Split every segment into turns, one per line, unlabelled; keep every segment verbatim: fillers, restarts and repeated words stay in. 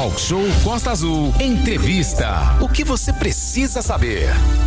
Talk Show Costa Azul. Entrevista. O que você precisa saber?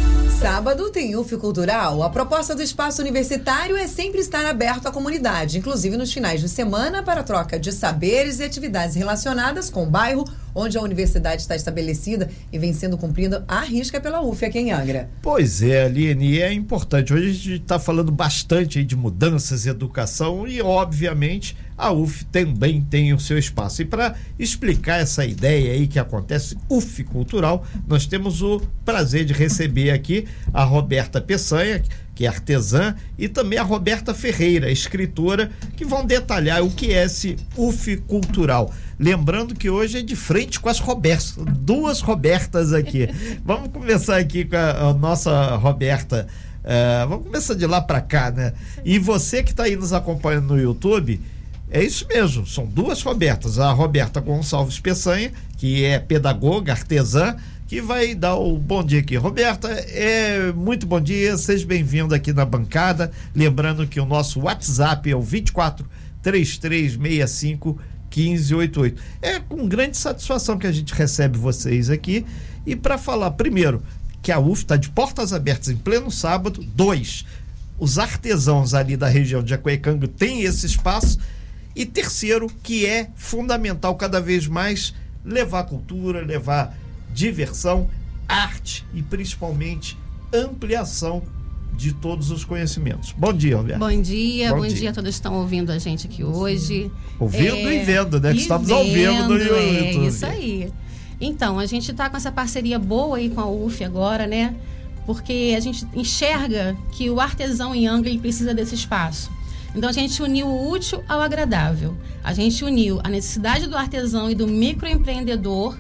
Sábado tem U F Cultural. A proposta do espaço universitário é sempre estar aberto à comunidade, inclusive nos finais de semana, para troca de saberes e atividades relacionadas com o bairro onde a universidade está estabelecida e vem sendo cumprida à risca pela U F aqui em Angra.
Pois é, Aline, e é importante. Hoje a gente está falando bastante aí de mudanças, educação e, obviamente, a U F também tem o seu espaço. E para explicar essa ideia aí que acontece, U F Cultural, nós temos o prazer de receber aqui a Roberta Peçanha, que é artesã, e também a Roberta Ferreira, escritora, que vão detalhar o que é esse U F Cultural. Lembrando que hoje é de frente com as Robertas, duas Robertas aqui. Vamos começar aqui com a, a nossa Roberta. Uh, vamos começar de lá para cá, né? E você que está aí nos acompanhando no YouTube, é isso mesmo, são duas Robertas. A Roberta Gonçalves Peçanha, que é pedagoga, artesã, que vai dar o bom dia aqui. Roberta, é muito bom dia, seja bem-vinda aqui na bancada. Lembrando que o nosso WhatsApp é o vinte e quatro, trinta e três, sessenta e cinco, quinze oitenta e oito. É com grande satisfação que a gente recebe vocês aqui. E para falar, primeiro, que a U F está de portas abertas em pleno sábado. Dois, os artesãos ali da região de Jacuecanga têm esse espaço. E terceiro, que é fundamental cada vez mais levar cultura, levar diversão, arte e principalmente ampliação de todos os conhecimentos. Bom dia, Roberto.
Bom dia, bom, bom dia. dia a todos que estão ouvindo a gente aqui hoje.
Ouvindo é, e vendo, né? Que estamos
vendo,
ao vivo no YouTube.
É isso aí. Então, a gente está com essa parceria boa aí com a U F agora, né? Porque a gente enxerga que o artesão em Angra ele precisa desse espaço. Então, a gente uniu o útil ao agradável. A gente uniu a necessidade do artesão e do microempreendedor,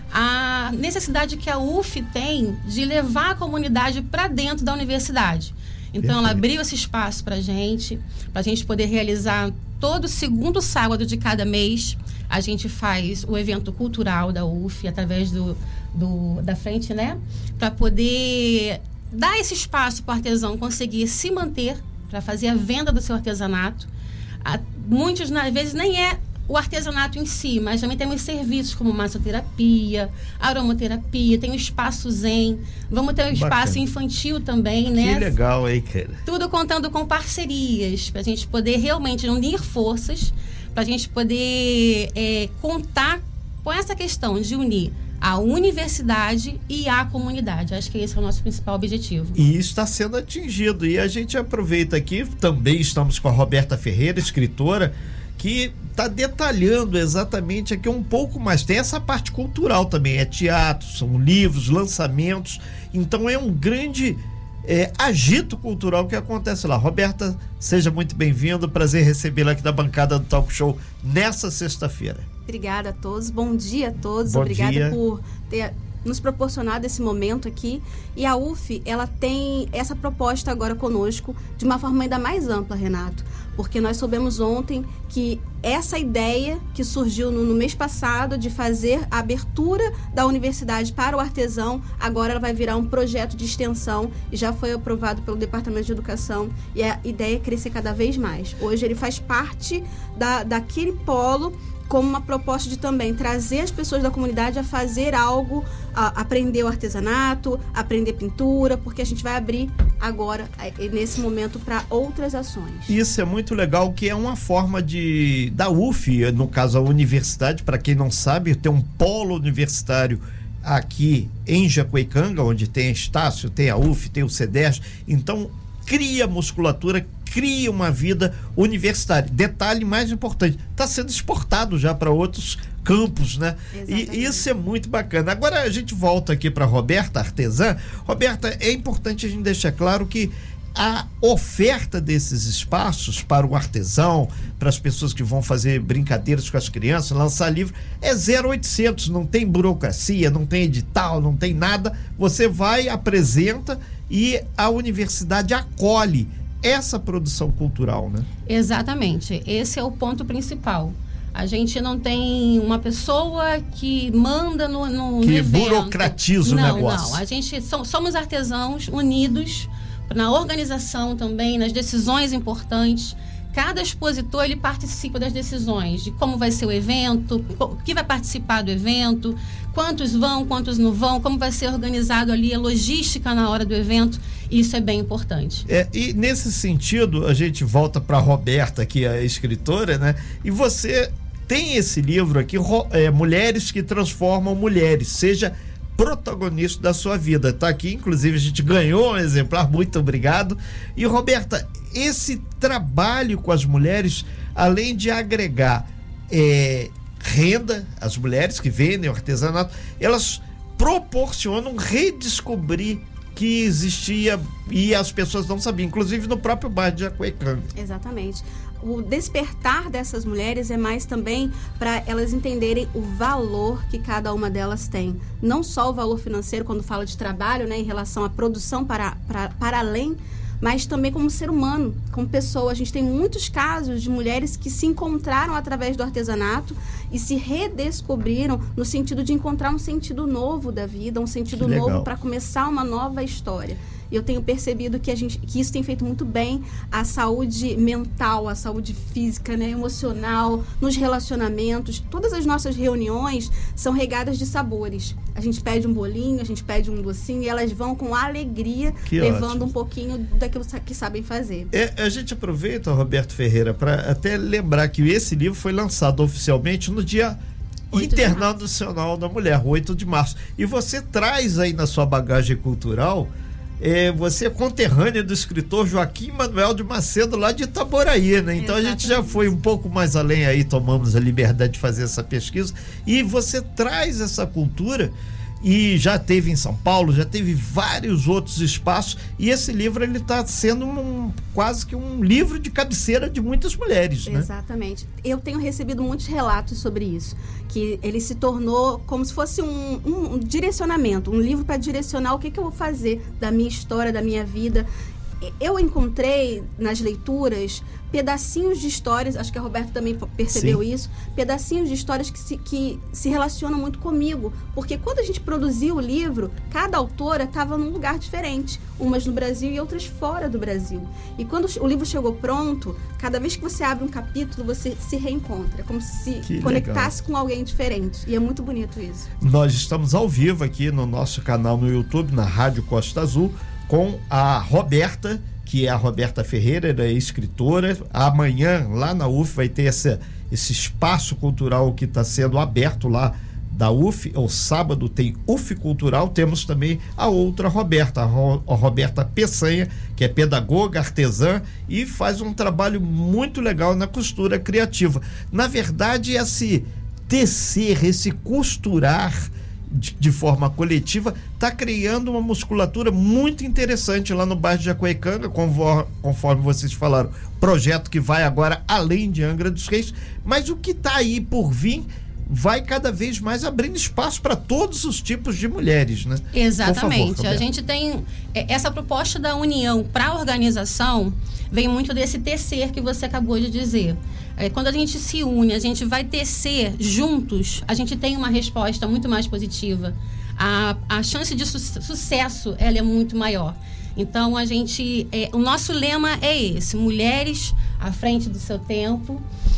a necessidade que a U F tem de levar a comunidade para dentro da universidade. Então, Perfeito. Ela abriu esse espaço para a gente, para a gente poder realizar todo segundo sábado de cada mês. A gente faz o evento cultural da U F através do, do, da frente, né? Para poder dar esse espaço para o artesão conseguir se manter, para fazer a venda do seu artesanato. A, muitos, às vezes, nem é o artesanato em si, mas também temos serviços como massoterapia, aromaterapia, tem o espaço zen, vamos ter um espaço Bacana. Infantil também, né?
Que legal aí, cara.
Tudo contando com parcerias, para a gente poder realmente unir forças, para a gente poder é, contar com essa questão de unir a universidade e a comunidade. Acho que esse é o nosso principal objetivo.
E isso está sendo atingido. E a gente aproveita aqui, também estamos com a Roberta Ferreira, escritora, que está detalhando exatamente aqui um pouco mais. Tem essa parte cultural também, é teatro, são livros, lançamentos. Então é um grande é, agito cultural que acontece lá. Roberta, seja muito bem-vindo, prazer recebê-la aqui da bancada do Talk Show nessa sexta-feira.
Obrigada a todos, bom dia a todos,
bom
obrigada
dia.
por ter nos proporcionado esse momento aqui. E a U F, ela tem essa proposta agora conosco de uma forma ainda mais ampla, Renato, porque nós soubemos ontem que essa ideia que surgiu no, no mês passado de fazer a abertura da universidade para o artesão, agora ela vai virar um projeto de extensão e já foi aprovado pelo Departamento de Educação, e a ideia é crescer cada vez mais. Hoje ele faz parte da, daquele polo, como uma proposta de também trazer as pessoas da comunidade a fazer algo, a aprender o artesanato, aprender pintura, porque a gente vai abrir agora, nesse momento, para outras ações.
Isso é muito legal, que é uma forma de da U F, no caso a universidade, para quem não sabe, tem um polo universitário aqui em Jacuecanga, onde tem a Estácio, tem a U F, tem o CEDERJ, então cria musculatura, cria uma vida universitária. Detalhe mais importante, está sendo exportado já para outros campos, né? Exatamente. E isso é muito bacana. Agora a gente volta aqui para Roberta, artesã. Roberta, é importante a gente deixar claro que a oferta desses espaços para o artesão, para as pessoas que vão fazer brincadeiras com as crianças, lançar livro, é zero oitocentos, não tem burocracia, não tem edital, não tem nada. Você vai, apresenta e a universidade acolhe essa produção cultural, né?
Exatamente, esse é o ponto principal. A gente não tem uma pessoa que manda no, no,
que
no evento.
burocratiza
não,
o negócio.
Não, a gente somos artesãos unidos na organização também, nas decisões importantes. cada expositor ele participa das decisões de como vai ser o evento, o que vai participar do evento, quantos vão, quantos não vão, como vai ser organizado ali a logística na hora do evento. Isso é bem importante.
É, e nesse sentido, a gente volta para a Roberta, que é a escritora, né? E você tem esse livro aqui, é, Mulheres que Transformam Mulheres, seja protagonista da sua vida. Tá aqui, inclusive a gente ganhou um exemplar, muito obrigado. E Roberta, esse trabalho com as mulheres, além de agregar é, renda, as mulheres que vendem o artesanato, elas proporcionam redescobrir que existia e as pessoas não sabiam, inclusive no próprio bairro de Jacuecanga.
Exatamente. O despertar dessas mulheres é mais também para elas entenderem o valor que cada uma delas tem. Não só o valor financeiro, quando fala de trabalho, né, em relação à produção para, para, para além, mas também como ser humano, como pessoa. A gente tem muitos casos de mulheres que se encontraram através do artesanato e se redescobriram no sentido de encontrar um sentido novo da vida, um sentido novo para começar uma nova história. E eu tenho percebido que, a gente, que isso tem feito muito bem à saúde mental, à saúde física, né, emocional, nos relacionamentos. Todas as nossas reuniões são regadas de sabores. A gente pede um bolinho, a gente pede um docinho e elas vão com alegria, que levando ótimo. Um pouquinho daquilo que sabem fazer.
É, a gente aproveita, Roberto Ferreira, para até lembrar que esse livro foi lançado oficialmente no dia Internacional da Mulher, oito de março. E você traz aí na sua bagagem cultural... É, você é conterrânea do escritor Joaquim Manuel de Macedo, lá de Itaboraí, né? Então exatamente. A gente já foi um pouco mais além aí, tomamos a liberdade de fazer essa pesquisa, e você traz essa cultura, e já teve em São Paulo, já teve vários outros espaços, e esse livro ele está sendo um, quase que um livro de cabeceira de muitas mulheres, né?
Exatamente. Eu tenho recebido muitos relatos sobre isso, que ele se tornou como se fosse um, um, um direcionamento, um livro para direcionar o que, que eu vou fazer da minha história, da minha vida. Eu encontrei nas leituras pedacinhos de histórias, acho que a Roberta também percebeu Sim. isso, pedacinhos de histórias que se, que se relacionam muito comigo, porque quando a gente produziu o livro, cada autora estava num lugar diferente, umas no Brasil e outras fora do Brasil. E quando o livro chegou pronto, cada vez que você abre um capítulo, você se reencontra, como se
que
conectasse
legal.
Com alguém diferente. E é muito bonito isso.
Nós estamos ao vivo aqui no nosso canal no YouTube, na Rádio Costa Azul, com a Roberta, que é a Roberta Ferreira, ela é escritora. Amanhã, lá na U F, vai ter essa, esse espaço cultural que está sendo aberto lá da U F. O sábado tem U F Cultural. Temos também a outra Roberta, a, Ro, a Roberta Peçanha, que é pedagoga, artesã e faz um trabalho muito legal na costura criativa. Na verdade, esse tecer, esse costurar De, de forma coletiva, está criando uma musculatura muito interessante lá no bairro de Jacuecanga, conforme, conforme vocês falaram, projeto que vai agora além de Angra dos Reis, mas o que está aí por vir vai cada vez mais abrindo espaço para todos os tipos de mulheres, né?
Exatamente.
Favor,
a gente tem essa proposta da união para a organização, vem muito desse tecer que você acabou de dizer. É, quando a gente se une, a gente vai tecer juntos, a gente tem uma resposta muito mais positiva. A, a chance de su- sucesso, ela é muito maior. Então, a gente, é, o nosso lema é esse: mulheres à frente do seu tempo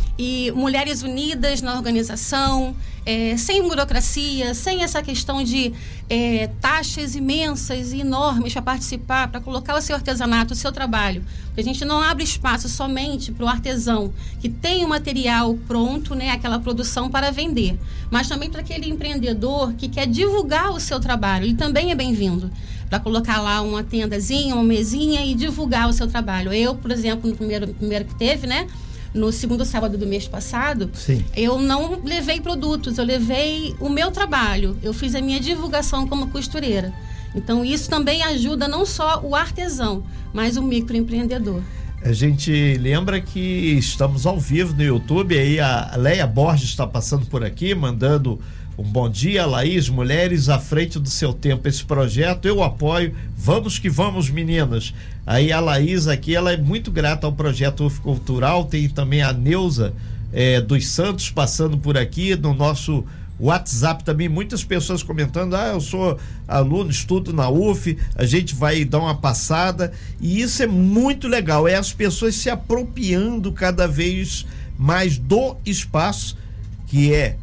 e mulheres unidas na organização, é, sem burocracia, sem essa questão de é, taxas imensas e enormes para participar, para colocar o seu artesanato, o seu trabalho. Porque a gente não abre espaço somente para o artesão que tem o material pronto, né, aquela produção para vender, mas também para aquele empreendedor que quer divulgar o seu trabalho. Ele também é bem-vindo para colocar lá uma tendazinha, uma mesinha e divulgar o seu trabalho. Eu, por exemplo, no primeiro, primeiro que teve, né, no segundo sábado do mês passado,
Sim.
eu não levei produtos, eu levei o meu trabalho, eu fiz a minha divulgação como costureira. Então isso também ajuda não só o artesão, mas o microempreendedor.
A gente lembra que estamos ao vivo no YouTube, aí a Leia Borges está passando por aqui, mandando um bom dia, Laís, mulheres à frente do seu tempo, esse projeto eu apoio, vamos que vamos, meninas. Aí a Laís aqui, ela é muito grata ao projeto U F Cultural, tem também a Neuza é, dos Santos passando por aqui, no nosso WhatsApp também, muitas pessoas comentando, ah, eu sou aluno, estudo na U F, a gente vai dar uma passada, e isso é muito legal, é as pessoas se apropriando cada vez mais do espaço, que é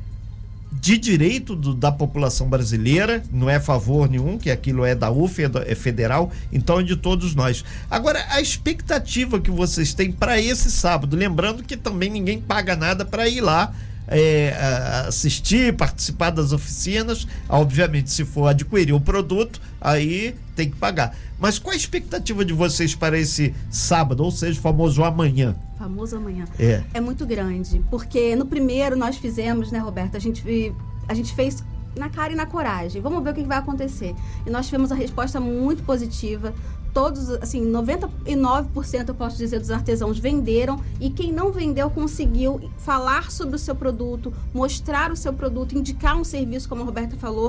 de direito do, da população brasileira, não é favor nenhum, que aquilo é da U F, é, da, é federal, então é de todos nós. Agora, a expectativa que vocês têm para esse sábado, lembrando que também ninguém paga nada para ir lá, É, assistir, participar das oficinas. Obviamente, se for adquirir o produto, aí tem que pagar. Mas qual a expectativa de vocês para esse sábado, ou seja, o famoso amanhã?
Famoso amanhã.
É.
É muito grande, porque no primeiro nós fizemos, né, Roberto? A gente, a gente fez na cara e na coragem. Vamos ver o que vai acontecer. E nós tivemos a resposta muito positiva. Todos, assim, noventa e nove por cento, eu posso dizer, dos artesãos venderam, e quem não vendeu conseguiu falar sobre o seu produto, mostrar o seu produto, indicar um serviço, como a Roberta falou,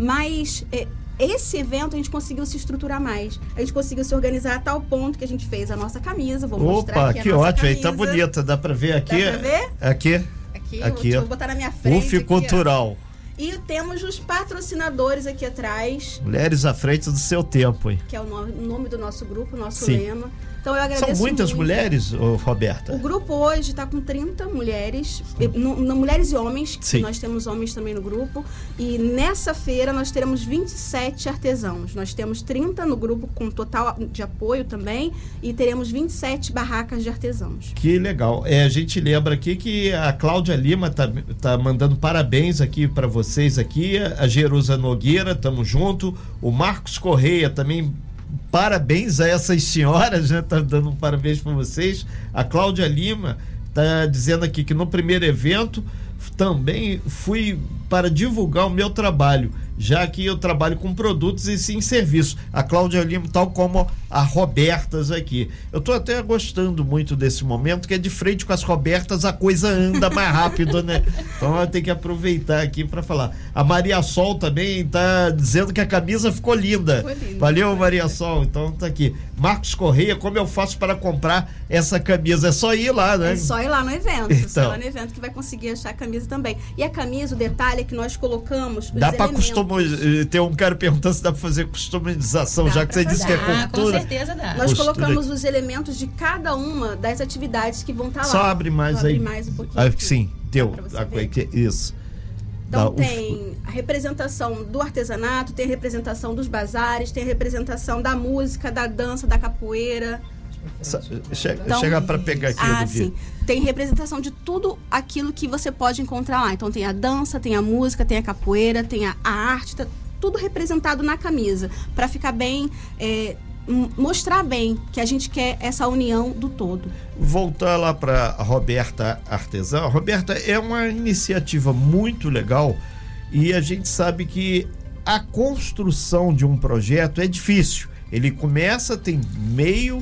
mas é, esse evento a gente conseguiu se estruturar mais, a gente conseguiu se organizar a tal ponto que a gente fez a nossa camisa, vou
Opa,
mostrar aqui
que
a nossa
ótimo, aí
camisa.
tá bonita, dá pra ver aqui?
Dá pra ver?
Aqui,
Aqui,
aqui,
vou, vou botar na minha frente.
U F
aqui,
Cultural.
ó. E temos os patrocinadores aqui atrás.
Mulheres à frente do seu tempo, hein?
Que é o nome, o nome do nosso grupo, o nosso
Sim.
lema. Então eu agradeço.
São muitas
muito.
mulheres, ô, Roberta?
O grupo hoje está com trinta mulheres, e, no, no, mulheres e homens, que
Sim.
nós temos homens também no grupo. E nessa feira nós teremos vinte e sete artesãos. Nós temos trinta no grupo com total de apoio também, e teremos vinte e sete barracas de artesãos.
Que legal. É, a gente lembra aqui que a Cláudia Lima tá, tá mandando parabéns aqui para vocês aqui, a Jerusa Nogueira, tamo junto. O Marcos Correia também, parabéns a essas senhoras, né? Tá dando um parabéns para vocês. A Cláudia Lima tá dizendo aqui que no primeiro evento também fui para divulgar o meu trabalho, já que eu trabalho com produtos e sim serviço. A Cláudia Lima, tal como a Robertas aqui. Eu tô até gostando muito desse momento, que é de frente com as Robertas, a coisa anda mais rápido, né? Então eu tenho que aproveitar aqui para falar. A Maria Sol também tá dizendo que a camisa ficou linda.
Ficou linda.
Valeu, Maria Sol. Então tá aqui. Marcos Correia, como eu faço para comprar essa camisa? É só ir lá, né?
É só ir lá no evento.
Então.
Só ir lá no evento que vai conseguir achar a camisa também. E a camisa, o detalhe é que nós colocamos os
Dá para
elementos.
customizar. Tem um cara perguntando se dá para fazer customização,
Dá
já que
pra
você disse que é
fazer.
Ah, com
cultura.
certeza dá.
Nós
Costura
colocamos
aqui.
os elementos de cada uma das atividades que vão estar lá.
Só abre mais
Vou
aí.
abrir mais um pouquinho
Ah,
aqui.
sim, deu.
Dá pra você
Ah,
ver?
que- Isso.
Então
Dá,
tem a representação do artesanato, tem a representação dos bazares, tem a representação da música, da dança, da capoeira.
Sa- Chega,
Então-
chega para pegar aqui,
Ah,
Olivia.
sim. Tem representação de tudo aquilo que você pode encontrar lá. Então tem a dança, tem a música, tem a capoeira, tem a, a arte, tá tudo representado na camisa, para ficar bem, é, m- mostrar bem que a gente quer essa união do todo.
Voltar lá para a Roberta Artesã. Roberta, é uma iniciativa muito legal e a gente sabe que a construção de um projeto é difícil. Ele começa, tem meio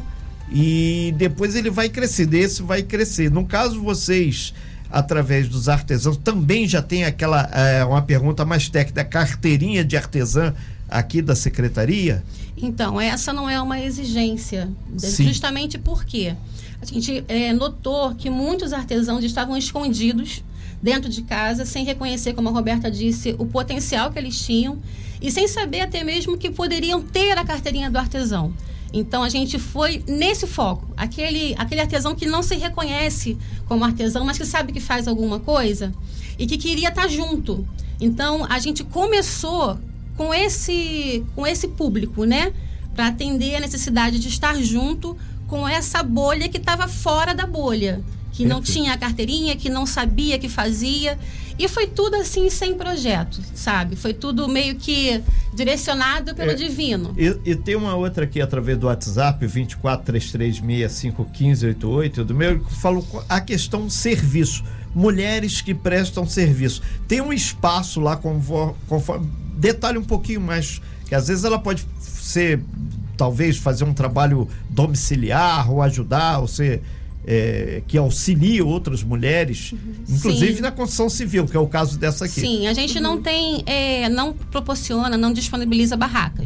e depois ele vai crescer, desse vai crescer. No caso, vocês, através dos artesãos, também já tem aquela, é, uma pergunta mais técnica, carteirinha de artesã aqui da secretaria?
Então, essa não é uma exigência,
Sim.
justamente porque a gente é, notou que muitos artesãos estavam escondidos dentro de casa, sem reconhecer, como a Roberta disse, o potencial que eles tinham e sem saber até mesmo que poderiam ter a carteirinha do artesão. Então, a gente foi nesse foco, aquele, aquele artesão que não se reconhece como artesão, mas que sabe que faz alguma coisa e que queria estar junto. Então, a gente começou com esse, com esse público, né? Para atender a necessidade de estar junto com essa bolha que estava fora da bolha, que não
Perfeito.
tinha a carteirinha, que não sabia que fazia. E foi tudo assim, sem projeto, sabe? Foi tudo meio que direcionado pelo
É.
divino.
E, e tem uma outra aqui através do WhatsApp, vinte e quatro, trinta e três, sessenta e cinco, quinze, oitenta e oito, do meu, que falou a questão do serviço. Mulheres que prestam serviço. Tem um espaço lá, conforme, conforme, detalhe um pouquinho mais, que às vezes ela pode ser, talvez, fazer um trabalho domiciliar, ou ajudar, ou ser... É, que auxilia outras mulheres, inclusive
Sim.
na construção civil, que é o caso dessa aqui.
Sim, a gente não tem, é, não proporciona, não disponibiliza barracas.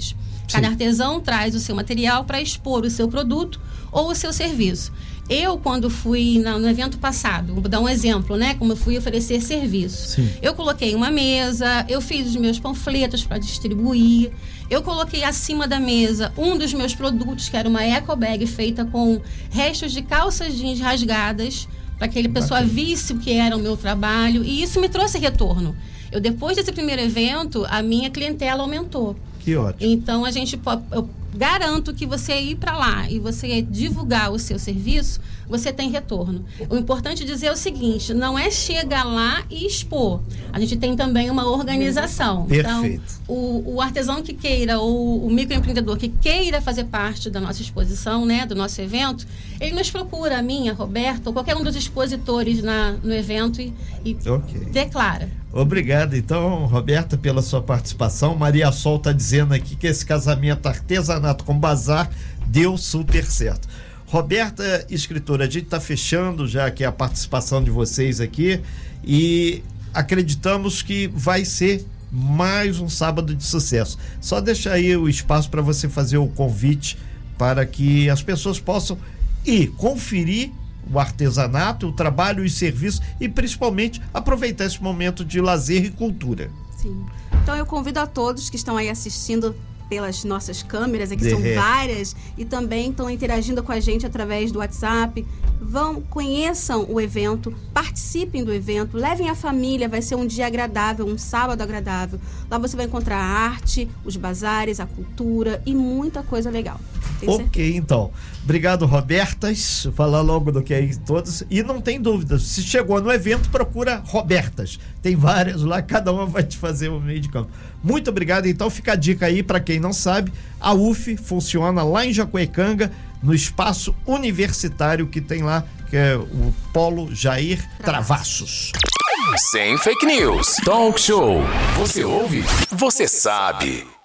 Cada artesão traz o seu material para expor o seu produto ou o seu serviço. Eu, quando fui na, no evento passado, vou dar um exemplo, né? Como eu fui oferecer serviço.
Sim.
Eu coloquei uma mesa, eu fiz os meus panfletos para distribuir, eu coloquei acima da mesa um dos meus produtos, que era uma eco bag feita com restos de calças jeans rasgadas, para que a pessoa visse o que era o meu trabalho, e isso me trouxe retorno. Eu, depois desse primeiro evento, a minha clientela aumentou.
Que ótimo.
Então, a gente pode, eu garanto que você ir para lá e você divulgar o seu serviço, você tem retorno. O importante dizer é o seguinte, não é chegar lá e expor. A gente tem também uma organização.
Perfeito.
Então, o, o artesão que queira, ou o microempreendedor que queira fazer parte da nossa exposição, né, do nosso evento, ele nos procura, a minha, a Roberta, ou qualquer um dos expositores na, no evento e, e okay. declara.
Obrigado, então, Roberta, pela sua participação. Maria Sol está dizendo aqui que esse casamento artesanato com bazar deu super certo. Roberta, escritora, a gente está fechando já aqui a participação de vocês aqui e acreditamos que vai ser mais um sábado de sucesso. Só deixa aí o espaço para você fazer o convite para que as pessoas possam ir conferir o artesanato, o trabalho e serviços e principalmente aproveitar esse momento de lazer e cultura.
Sim. Então eu convido a todos que estão aí assistindo pelas nossas câmeras, aqui
De
são
ré.
várias, e também estão interagindo com a gente através do WhatsApp. Vão, conheçam o evento, participem do evento, levem a família, vai ser um dia agradável, um sábado agradável. Lá você vai encontrar a arte, os bazares, a cultura e muita coisa legal. Tenho
Ok,
certeza.
então. Obrigado, Robertas. Falar logo do que é todos. E não tem dúvida, se chegou no evento, procura Robertas. Tem várias lá, cada uma vai te fazer o meio de campo. Muito obrigado. Então fica a dica aí, para quem não sabe, a U F funciona lá em Jacuecanga, no espaço universitário que tem lá, que é o Polo Jair Travassos.
Sem fake news. Talk show. Você ouve? Você sabe.